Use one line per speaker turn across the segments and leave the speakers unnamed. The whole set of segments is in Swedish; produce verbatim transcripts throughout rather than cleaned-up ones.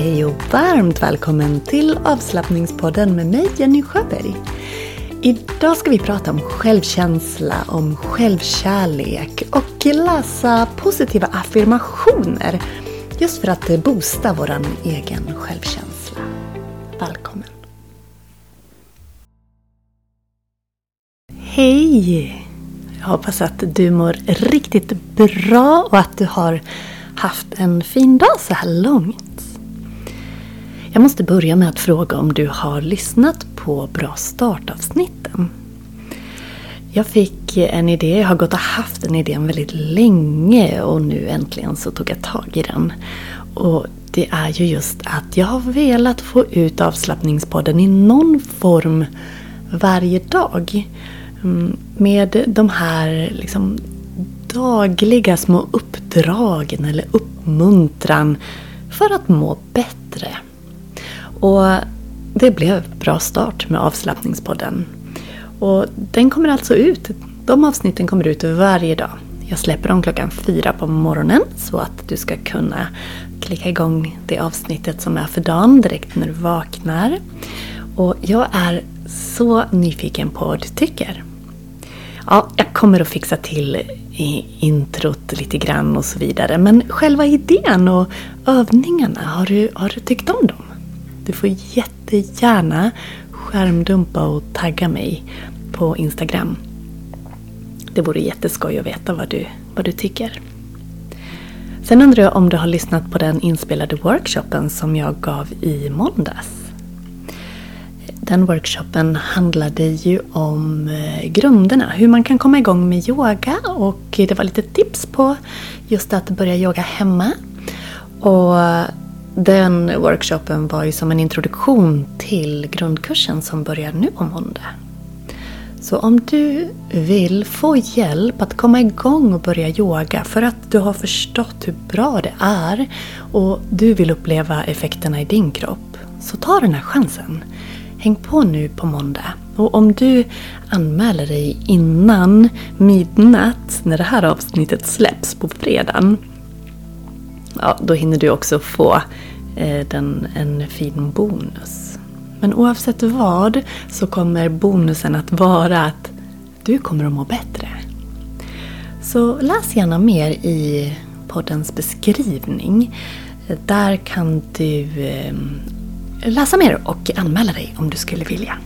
Hej och varmt välkommen till avslappningspodden med mig, Jenny Sjöberg. Idag ska vi prata om självkänsla, om självkärlek och läsa positiva affirmationer just för att boosta våran egen självkänsla. Välkommen! Hej! Jag hoppas att du mår riktigt bra och att du har haft en fin dag så här långt. Jag måste börja med att fråga om du har lyssnat på Bra startavsnitten. Jag fick en idé, jag har gått och haft den idén väldigt länge och nu äntligen så tog jag tag i den. Och det är ju just att jag har velat få ut avslappningspodden i någon form varje dag. Med de här liksom dagliga små uppdragen eller uppmuntran för att må bättre. Och det blev bra start med avslappningspodden. Och den kommer alltså ut, de avsnitten kommer ut varje dag. Jag släpper dem klockan fyra på morgonen så att du ska kunna klicka igång det avsnittet som är för dagen direkt när du vaknar. Och jag är så nyfiken på vad du tycker. Ja, jag kommer att fixa till i introt lite grann och så vidare. Men själva idén och övningarna, har du, har du tyckt om dem? Du får jättegärna skärmdumpa och tagga mig på Instagram. Det vore jätteskoj att veta vad du, vad du tycker. Sen undrar jag om du har lyssnat på den inspelade workshopen som jag gav i måndags. Den workshopen handlade ju om grunderna, hur man kan komma igång med yoga, och det var lite tips på just att börja yoga hemma. Och den workshopen var ju som en introduktion till grundkursen som börjar nu på måndag. Så om du vill få hjälp att komma igång och börja yoga för att du har förstått hur bra det är och du vill uppleva effekterna i din kropp, så ta den här chansen. Häng på nu på måndag. Och om du anmäler dig innan midnatt när det här avsnittet släpps på fredagen, ja, då hinner du också få eh, den, en fin bonus. Men oavsett vad så kommer bonusen att vara att du kommer att må bättre. Så läs gärna mer i poddens beskrivning. Där kan du eh, läsa mer och anmäla dig om du skulle vilja.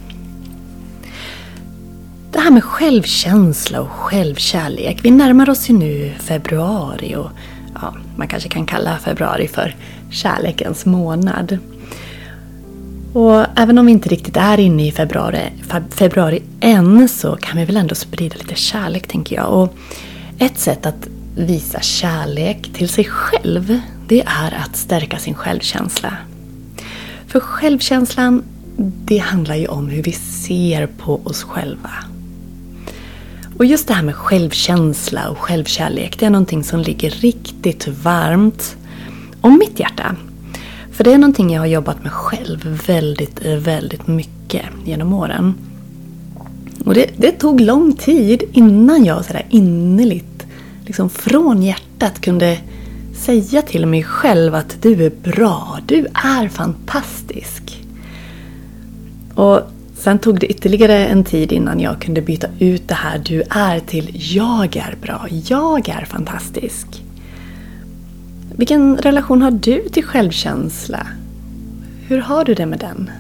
Det här med självkänsla och självkärlek. Vi närmar oss ju nu februari och ja, man kanske kan kalla februari för kärlekens månad. Och även om vi inte riktigt är inne i februari, februari än, så kan vi väl ändå sprida lite kärlek, tänker jag. Och ett sätt att visa kärlek till sig själv, det är att stärka sin självkänsla. För självkänslan, det handlar ju om hur vi ser på oss själva. Och just det här med självkänsla och självkärlek, det är någonting som ligger riktigt varmt om mitt hjärta. För det är någonting jag har jobbat med själv väldigt, väldigt mycket genom åren. Och det, det tog lång tid innan jag sådär innerligt, liksom från hjärtat, kunde säga till mig själv att du är bra, du är fantastisk. Och sen tog det ytterligare en tid innan jag kunde byta ut det här du är till jag är bra, jag är fantastisk. Vilken relation har du till självkänsla? Hur har du det med den?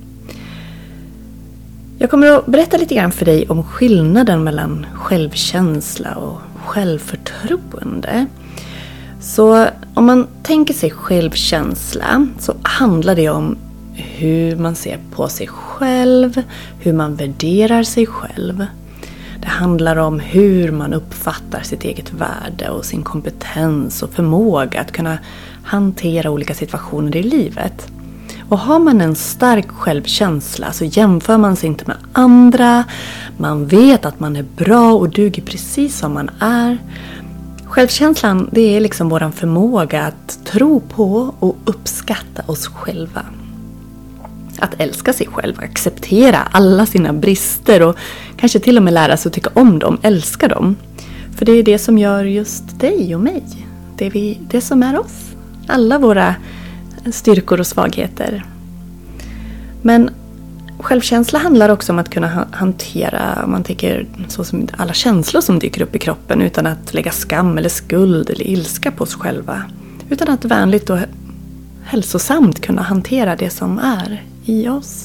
Jag kommer att berätta lite grann för dig om skillnaden mellan självkänsla och självförtroende. Så om man tänker sig självkänsla så handlar det om hur man ser på sig själv, hur man värderar sig själv. Det handlar om hur man uppfattar sitt eget värde och sin kompetens och förmåga att kunna hantera olika situationer i livet. Och har man en stark självkänsla så jämför man sig inte med andra. Man vet att man är bra och duger precis som man är. Självkänslan, det är liksom våran förmåga att tro på och uppskatta oss själva. Att älska sig själv, acceptera alla sina brister och kanske till och med lära sig att tycka om dem, älska dem. För det är det som gör just dig och mig. Det, är vi, det som är oss. Alla våra styrkor och svagheter. Men självkänsla handlar också om att kunna hantera, om man tänker så, som alla känslor som dyker upp i kroppen utan att lägga skam eller skuld eller ilska på oss själva. Utan att vänligt och hälsosamt kunna hantera det som är i oss.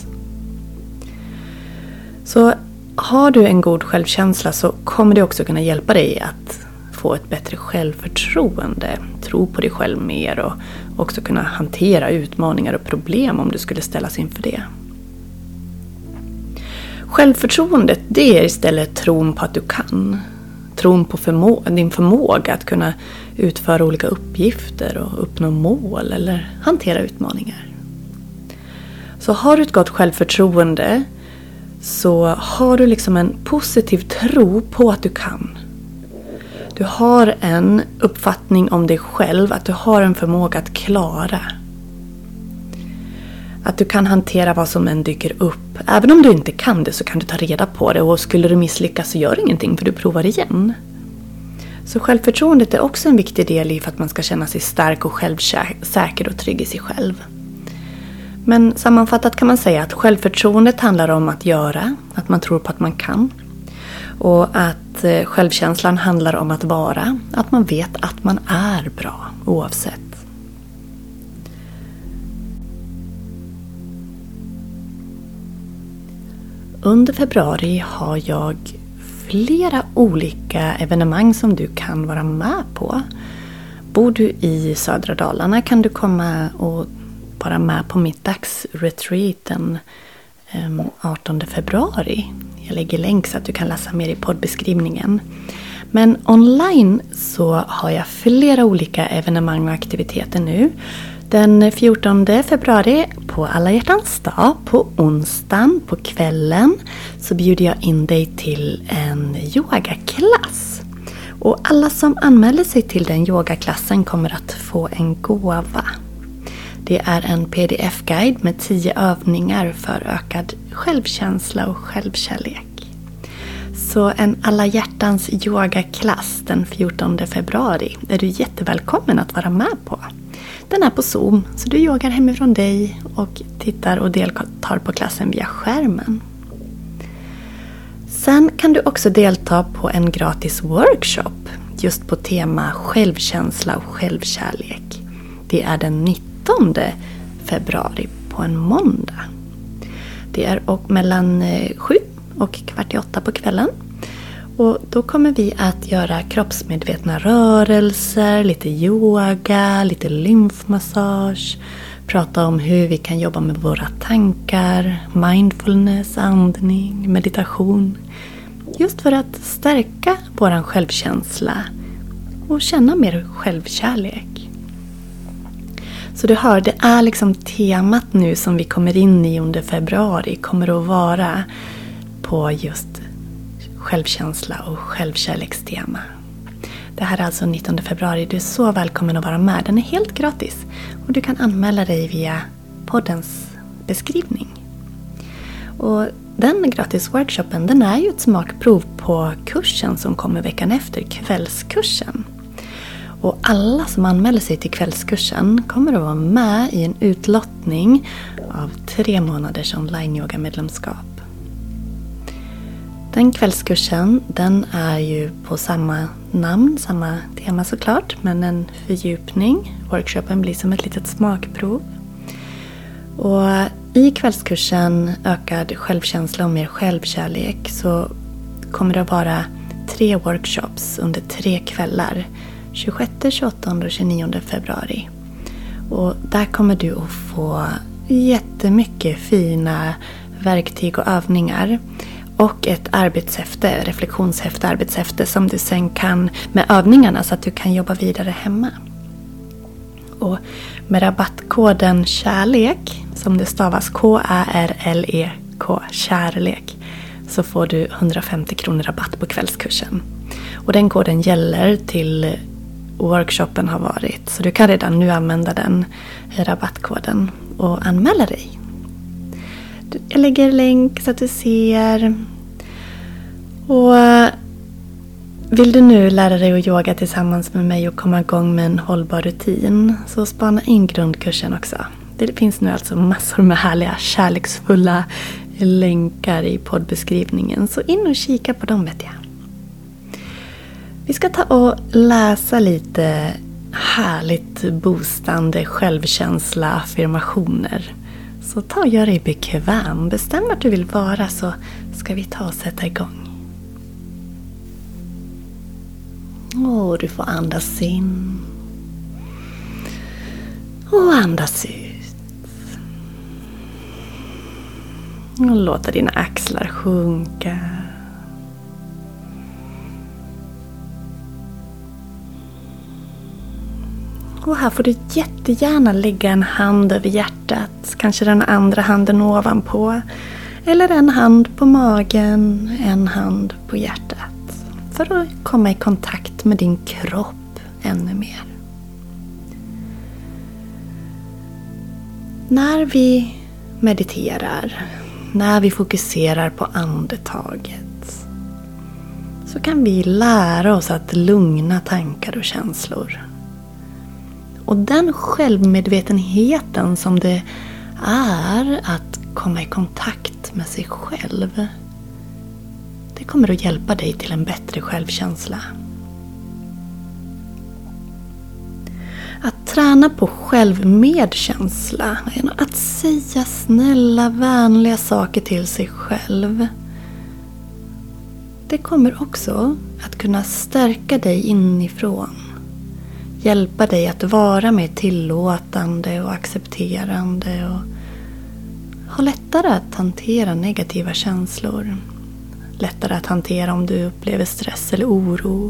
Så har du en god självkänsla så kommer det också kunna hjälpa dig att få ett bättre självförtroende, tro på dig själv mer och också kunna hantera utmaningar och problem om du skulle ställas inför det. Självförtroendet, det är istället tron på att du kan. Tron på förmå- din förmåga att kunna utföra olika uppgifter och uppnå mål eller hantera utmaningar. Så har du ett gott självförtroende så har du liksom en positiv tro på att du kan. Du har en uppfattning om dig själv, att du har en förmåga att klara. Att du kan hantera vad som än dyker upp. Även om du inte kan det så kan du ta reda på det. Och skulle du misslyckas så gör ingenting för du provar igen. Så självförtroendet är också en viktig del i för att man ska känna sig stark och självsäker och trygg i sig själv. Men sammanfattat kan man säga att självförtroendet handlar om att göra. Att man tror på att man kan. Och att självkänslan handlar om att vara. Att man vet att man är bra oavsett. Under februari har jag flera olika evenemang som du kan vara med på. Bor du i södra Dalarna kan du komma och vara med på mitt dagsretreat den artonde februari. Jag lägger länk så att du kan läsa mer i poddbeskrivningen. Men online så har jag flera olika evenemang och aktiviteter nu. Den fjortonde februari på Alla hjärtans dag, på onsdagen, på kvällen, så bjuder jag in dig till en yogaklass. Och alla som anmäler sig till den yogaklassen kommer att få en gåva. Det är en pdf-guide med tio övningar för ökad självkänsla och självkärlek. Så en Alla hjärtans yogaklass den fjortonde februari är du jättevälkommen att vara med på. Den är på Zoom, så du yogar hemifrån dig och tittar och deltar på klassen via skärmen. Sen kan du också delta på en gratis workshop just på tema självkänsla och självkärlek. Det är den nittonde februari på en måndag. Det är mellan sju och kvart i åtta på kvällen. Och då kommer vi att göra kroppsmedvetna rörelser, lite yoga, lite lymfmassage. Prata om hur vi kan jobba med våra tankar, mindfulness, andning, meditation. Just för att stärka vår självkänsla och känna mer självkärlek. Så du hör, det är liksom temat nu som vi kommer in i under februari kommer att vara på just självkänsla och självkärlekstema. Det här är alltså nittonde februari. Du är så välkommen att vara med. Den är helt gratis. Och du kan anmäla dig via poddens beskrivning. Och den gratis workshopen, den är ju ett smakprov på kursen som kommer veckan efter, kvällskursen. Och alla som anmäler sig till kvällskursen kommer att vara med i en utlottning av tre månaders online-yoga-medlemskap. Den kvällskursen, den är ju på samma namn, samma tema såklart, men en fördjupning. Workshopen blir som ett litet smakprov. Och i kvällskursen Ökad självkänsla och mer självkärlek så kommer det att vara tre workshops under tre kvällar. tjugosjätte, tjugoåttonde och tjugonionde februari. Och där kommer du att få jättemycket fina verktyg och övningar. Och ett arbetshäfte, reflektionshäfte, arbetshäfte som du sen kan med övningarna så att du kan jobba vidare hemma. Och med rabattkoden kärlek, som det stavas K Ä R L E K, kärlek, så får du hundrafemtio kronor rabatt på kvällskursen. Och den koden gäller till workshopen har varit. Så du kan redan nu använda den rabattkoden och anmäla dig. Jag lägger länk så att du ser. Och Vill du nu lära dig att yoga tillsammans med mig och komma igång med en hållbar rutin, så spana in grundkursen också. Det finns nu alltså massor med härliga, kärleksfulla länkar i poddbeskrivningen, så in och kika på dem vet jag. Vi ska ta och läsa lite härligt boostande självkänsla, affirmationer. Så ta och gör dig bekväm. Bestäm att du vill vara, så ska vi ta och sätta igång. Och du får andas in. Och andas ut. Och låta dina axlar sjunka. Och här får du jättegärna lägga en hand över hjärtat. Kanske den andra handen ovanpå. Eller en hand på magen, en hand på hjärtat. För att komma i kontakt med din kropp ännu mer. När vi mediterar, när vi fokuserar på andetaget, så kan vi lära oss att lugna tankar och känslor. Och den självmedvetenheten som det är att komma i kontakt med sig själv, det kommer att hjälpa dig till en bättre självkänsla. Att träna på självmedkänsla, att säga snälla, vänliga saker till sig själv, det kommer också att kunna stärka dig inifrån. Hjälpa dig att vara mer tillåtande och accepterande och ha lättare att hantera negativa känslor. Lättare att hantera om du upplever stress eller oro.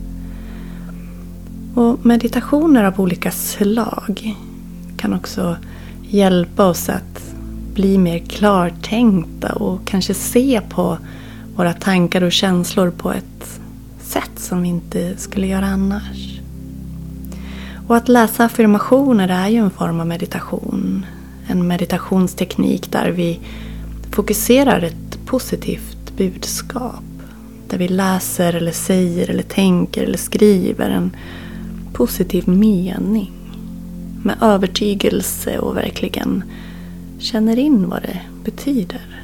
Och meditationer av olika slag kan också hjälpa oss att bli mer klartänkta och kanske se på våra tankar och känslor på ett sätt som vi inte skulle göra annars. Och att läsa affirmationer är ju en form av meditation. En meditationsteknik där vi fokuserar ett positivt budskap. Där vi läser eller säger eller tänker eller skriver en positiv mening. Med övertygelse och verkligen känner in vad det betyder.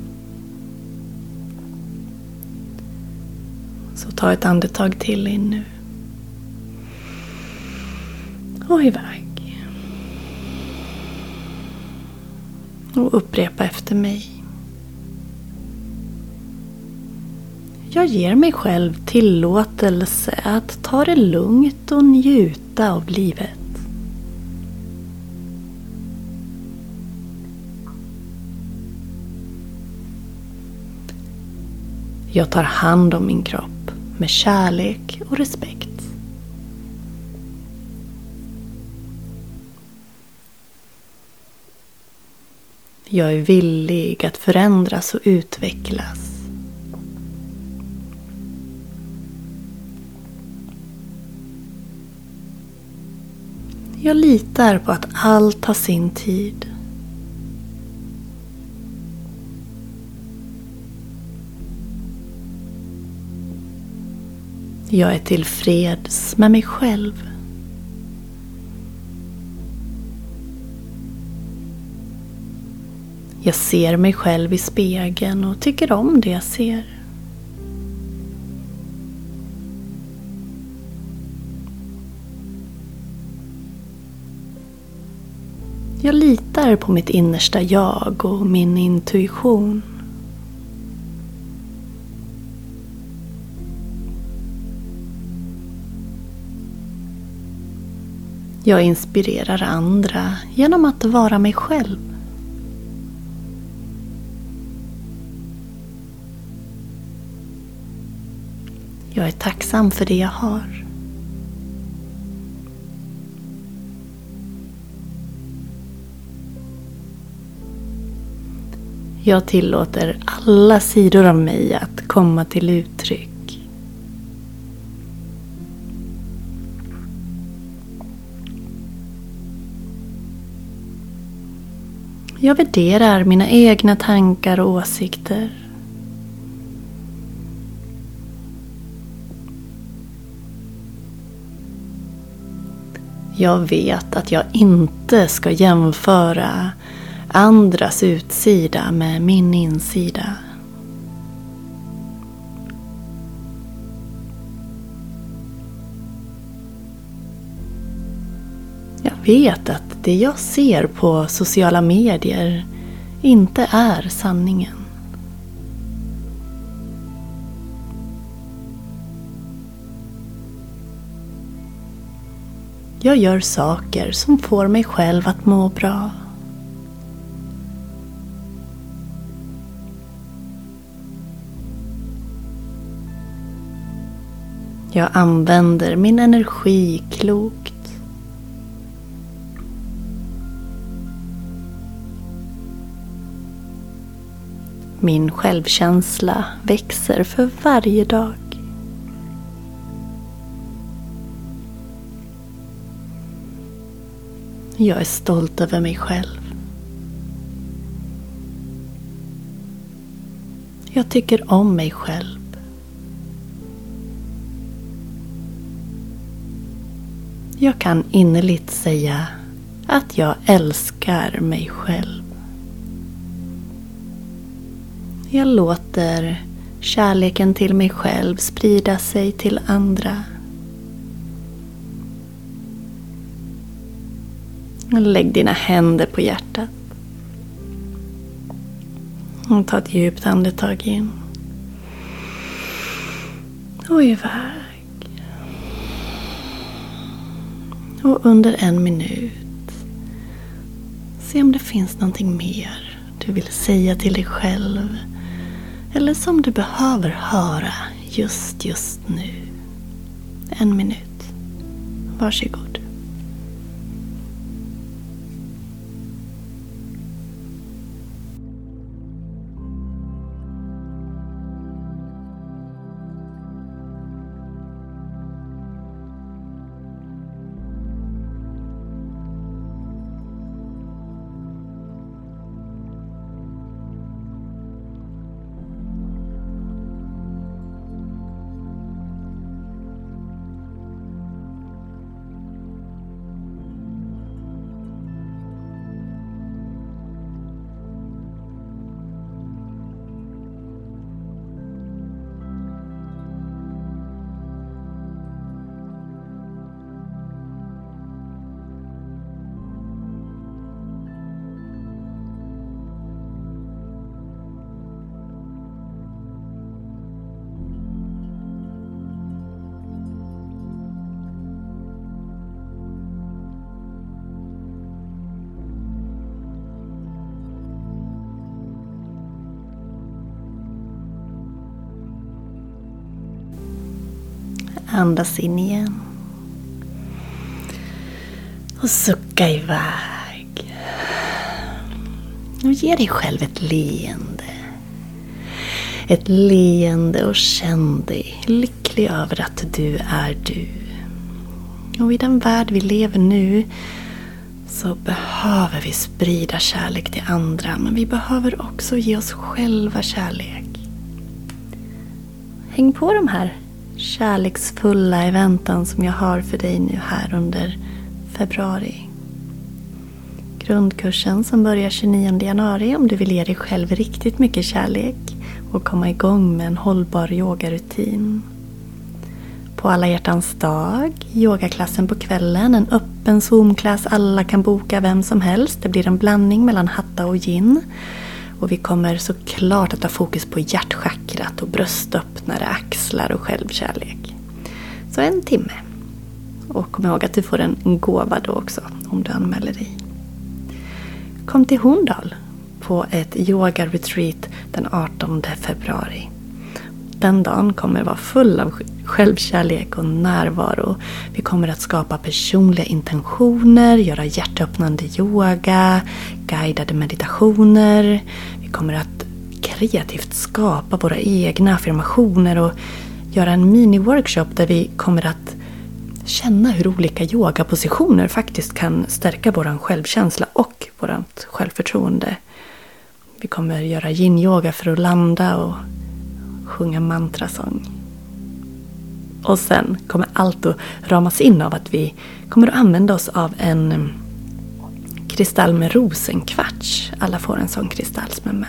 Så ta ett andetag till in nu. Och iväg. Och upprepa efter mig. Jag ger mig själv tillåtelse att ta det lugnt och njuta av livet. Jag tar hand om min kropp med kärlek och respekt. Jag är villig att förändras och utvecklas. Jag litar på att allt har sin tid. Jag är tillfreds med mig själv. Jag ser mig själv i spegeln och tycker om det jag ser. Jag litar på mitt innersta jag och min intuition. Jag inspirerar andra genom att vara mig själv. Jag är tacksam för det jag har. Jag tillåter alla sidor av mig att komma till uttryck. Jag värderar mina egna tankar och åsikter. Jag vet att jag inte ska jämföra andras utsida med min insida. Jag vet att det jag ser på sociala medier inte är sanningen. Jag gör saker som får mig själv att må bra. Jag använder min energi klokt. Min självkänsla växer för varje dag. Jag är stolt över mig själv. Jag tycker om mig själv. Jag kan innerligt säga att jag älskar mig själv. Jag låter kärleken till mig själv sprida sig till andra. Lägg dina händer på hjärtat. Och ta ett djupt andetag in. Och iväg. Och under en minut. Se om det finns någonting mer du vill säga till dig själv. Eller som du behöver höra just just nu. En minut. Varsågod. Andas in igen. Och sucka iväg. Och ge dig själv ett leende. Ett leende och känn dig lycklig över att du är du. Och i den värld vi lever nu så behöver vi sprida kärlek till andra. Men vi behöver också ge oss själva kärlek. Häng på de här kärleksfulla eventen som jag har för dig nu här under februari. Grundkursen som börjar tjugonionde januari om du vill ge dig själv riktigt mycket kärlek och komma igång med en hållbar yogarutin. På alla hjärtans dag, yogaklassen på kvällen, en öppen zoomklass, alla kan boka, vem som helst. Det blir en blandning mellan hatta och yin. Och vi kommer såklart att ha fokus på hjärtchakrat och bröstöppnare, axlar och självkärlek. Så en timme. Och kom ihåg att du får en gåva då också om du anmäler dig. Kom till Horndal på ett yoga-retreat den artonde februari. Den dagen kommer vara full av självkärlek och närvaro. Vi kommer att skapa personliga intentioner, göra hjärtöppnande yoga, guidade meditationer. Vi kommer att kreativt skapa våra egna affirmationer och göra en mini-workshop där vi kommer att känna hur olika yogapositioner faktiskt kan stärka vår självkänsla och vårt självförtroende. Vi kommer göra yin-yoga för att landa och sjunga mantrasång. Och sen kommer allt att ramas in av att vi kommer att använda oss av en kristall med rosenkvarts. Alla får en sån kristall som är med.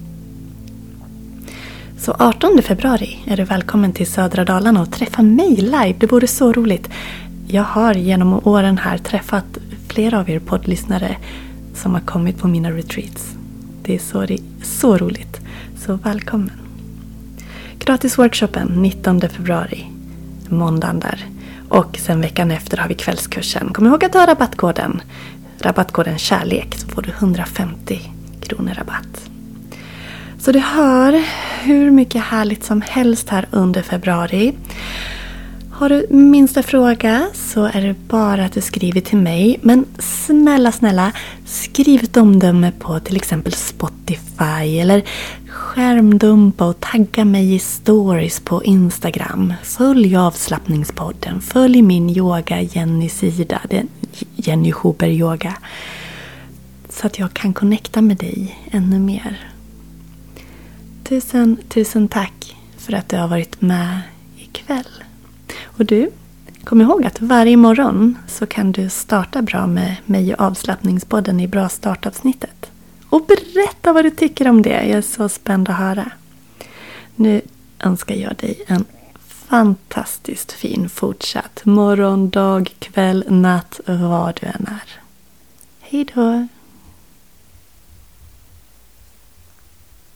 Så artonde februari är du välkommen till Södra Dalarna och träffa mig live. Det vore så roligt. Jag har genom åren här träffat flera av er poddlyssnare som har kommit på mina retreats. Det är så, det är så roligt. Så välkommen. Gratis workshopen nittonde februari. Måndagen där. Och sen veckan efter har vi kvällskursen. Kom ihåg att ha rabattkoden. Rabattkoden kärlek, så får du hundrafemtio kronor rabatt. Så du hör hur mycket härligt som helst här under februari. Har du minsta fråga så är det bara att du skriver till mig. Men snälla, snälla, skriv ett omdöme på till exempel Spotify eller skärmdumpa och tagga mig i stories på Instagram. Följ avslappningspodden, följ min yoga Jenny-sida, Jenny Huber yoga. Så att jag kan connecta med dig ännu mer. Tusen, tusen tack för att du har varit med ikväll. Och du, kom ihåg att varje morgon så kan du starta bra med mig och avslappningspodden i bra startavsnittet. Och berätta vad du tycker om det. Jag är så spänd att höra. Nu önskar jag dig en fantastiskt fin fortsatt morgon, dag, kväll, natt, vad du än är. Hej då!